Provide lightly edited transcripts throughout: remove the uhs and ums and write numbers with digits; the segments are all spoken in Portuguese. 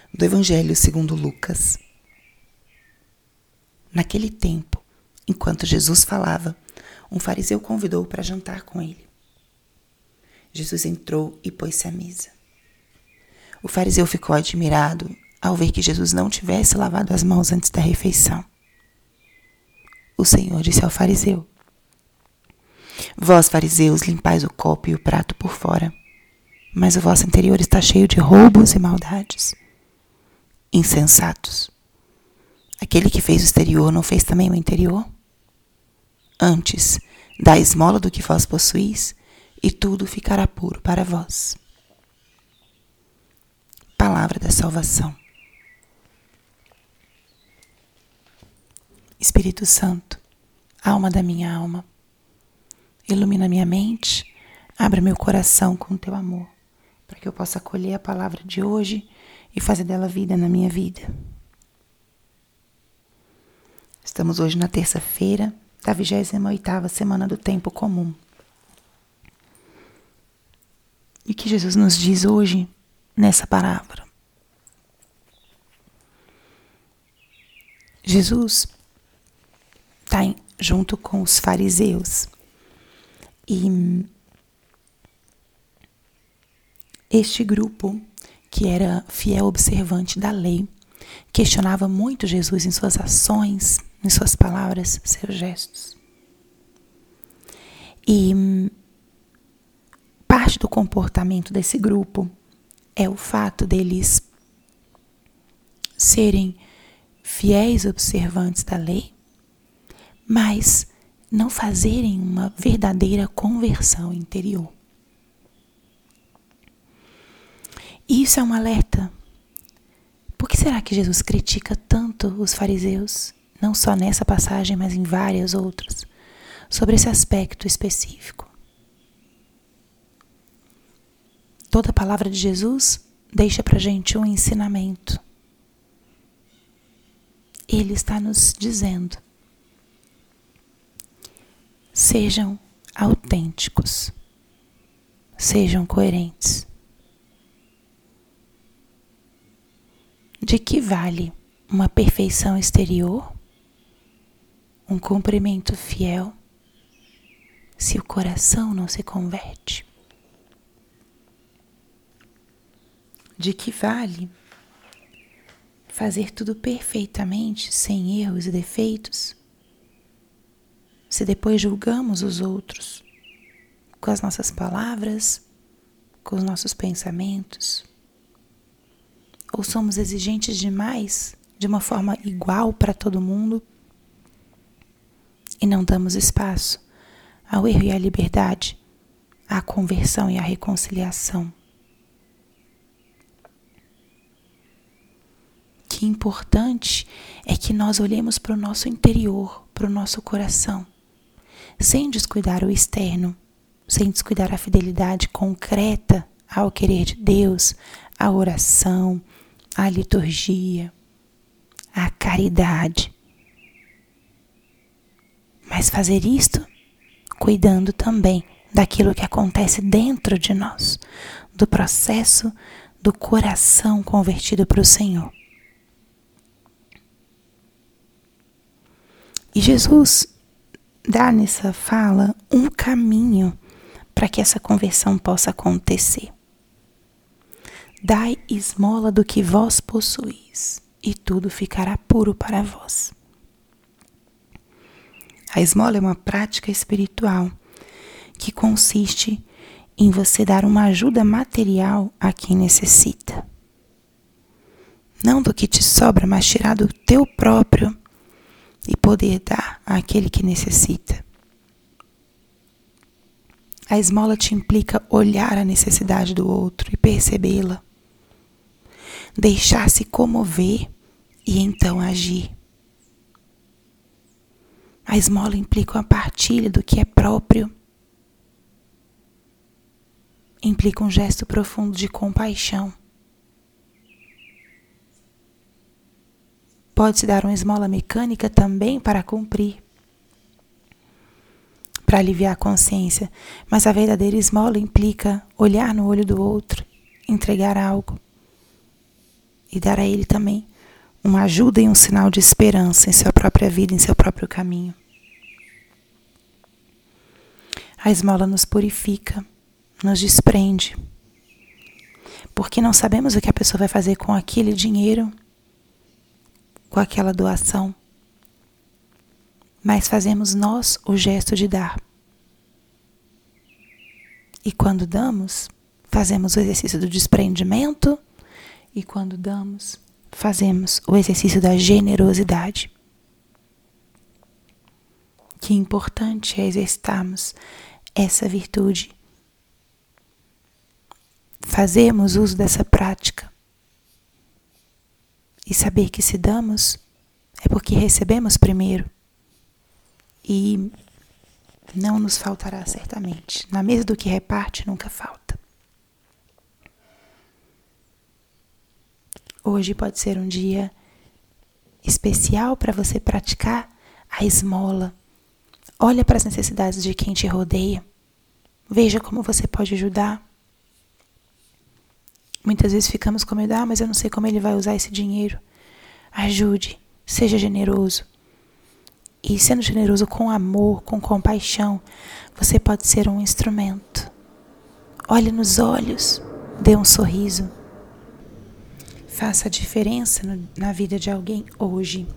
do Evangelho segundo Lucas. Naquele tempo, enquanto Jesus falava, um fariseu convidou-o para jantar com ele. Jesus entrou e pôs-se à mesa. O fariseu ficou admirado ao ver que Jesus não tivesse lavado as mãos antes da refeição. O Senhor disse ao fariseu: Vós, fariseus, limpais o copo e o prato por fora, mas o vosso interior está cheio de roubos e maldades. Insensatos! Aquele que fez o exterior não fez também o interior? Antes, dai esmola do que vós possuís, e tudo ficará puro para vós. Palavra da salvação. Espírito Santo, alma da minha alma, ilumina minha mente, abra meu coração com o teu amor, para que eu possa acolher a palavra de hoje e fazer dela vida na minha vida. Estamos hoje na terça-feira da 28ª semana do tempo comum. E o que Jesus nos diz hoje nessa palavra? Jesus está junto com os fariseus. E este grupo, que era fiel observante da lei, questionava muito Jesus em suas ações, em suas palavras, seus gestos. E parte do comportamento desse grupo é o fato deles serem fiéis observantes da lei, mas não fazerem uma verdadeira conversão interior. E isso é um alerta. Por que será que Jesus critica tanto os fariseus, não só nessa passagem, mas em várias outras, sobre esse aspecto específico? Toda a palavra de Jesus deixa pra gente um ensinamento. Ele está nos dizendo: sejam autênticos, sejam coerentes. De que vale uma perfeição exterior, um cumprimento fiel, se o coração não se converte? De que vale fazer tudo perfeitamente, sem erros e defeitos, se depois julgamos os outros com as nossas palavras, com os nossos pensamentos? Ou somos exigentes demais, de uma forma igual para todo mundo, e não damos espaço ao erro e à liberdade, à conversão e à reconciliação? Que importante é que nós olhemos para o nosso interior, para o nosso coração, sem descuidar o externo, sem descuidar a fidelidade concreta ao querer de Deus, à oração, à liturgia, à caridade. Mas fazer isto cuidando também daquilo que acontece dentro de nós, do processo do coração convertido para o Senhor. E Jesus dá nessa fala um caminho para que essa conversão possa acontecer. Dai esmola do que vós possuís, e tudo ficará puro para vós. A esmola é uma prática espiritual que consiste em você dar uma ajuda material a quem necessita. Não do que te sobra, mas tirar do teu próprio e poder dar àquele que necessita. A esmola te implica olhar a necessidade do outro e percebê-la. Deixar-se comover e então agir. A esmola implica uma partilha do que é próprio. Implica um gesto profundo de compaixão. Pode-se dar uma esmola mecânica também para cumprir, para aliviar a consciência, mas a verdadeira esmola implica olhar no olho do outro, entregar algo e dar a Ele também uma ajuda e um sinal de esperança em sua própria vida, em seu próprio caminho. A esmola nos purifica, nos desprende, porque não sabemos o que a pessoa vai fazer com aquele dinheiro, com aquela doação, mas fazemos nós o gesto de dar. E quando damos, fazemos o exercício do desprendimento, e quando damos, fazemos o exercício da generosidade. Que importante é exercitarmos essa virtude, fazermos uso dessa prática e saber que se damos é porque recebemos primeiro e não nos faltará certamente. Na mesa do que reparte nunca falta. Hoje pode ser um dia especial para você praticar a esmola. Olha para as necessidades de quem te rodeia. Veja como você pode ajudar. Muitas vezes ficamos com medo, mas eu não sei como ele vai usar esse dinheiro. Ajude, seja generoso. E sendo generoso com amor, com compaixão, você pode ser um instrumento. Olhe nos olhos, dê um sorriso. Faça a diferença na vida de alguém hoje.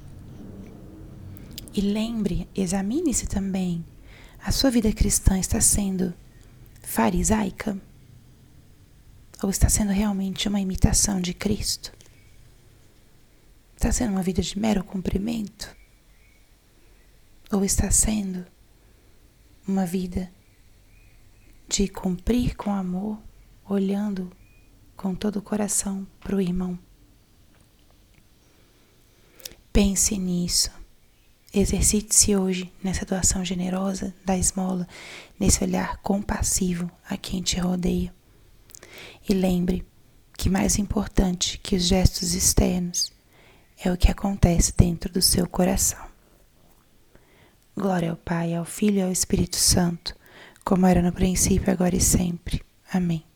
E lembre, examine-se também. A sua vida cristã está sendo farisaica? Ou está sendo realmente uma imitação de Cristo? Está sendo uma vida de mero cumprimento? Ou está sendo uma vida de cumprir com amor, olhando com todo o coração para o irmão? Pense nisso. Exercite-se hoje nessa doação generosa da esmola, nesse olhar compassivo a quem te rodeia. E lembre que mais importante que os gestos externos é o que acontece dentro do seu coração. Glória ao Pai, ao Filho e ao Espírito Santo, como era no princípio, agora e sempre. Amém.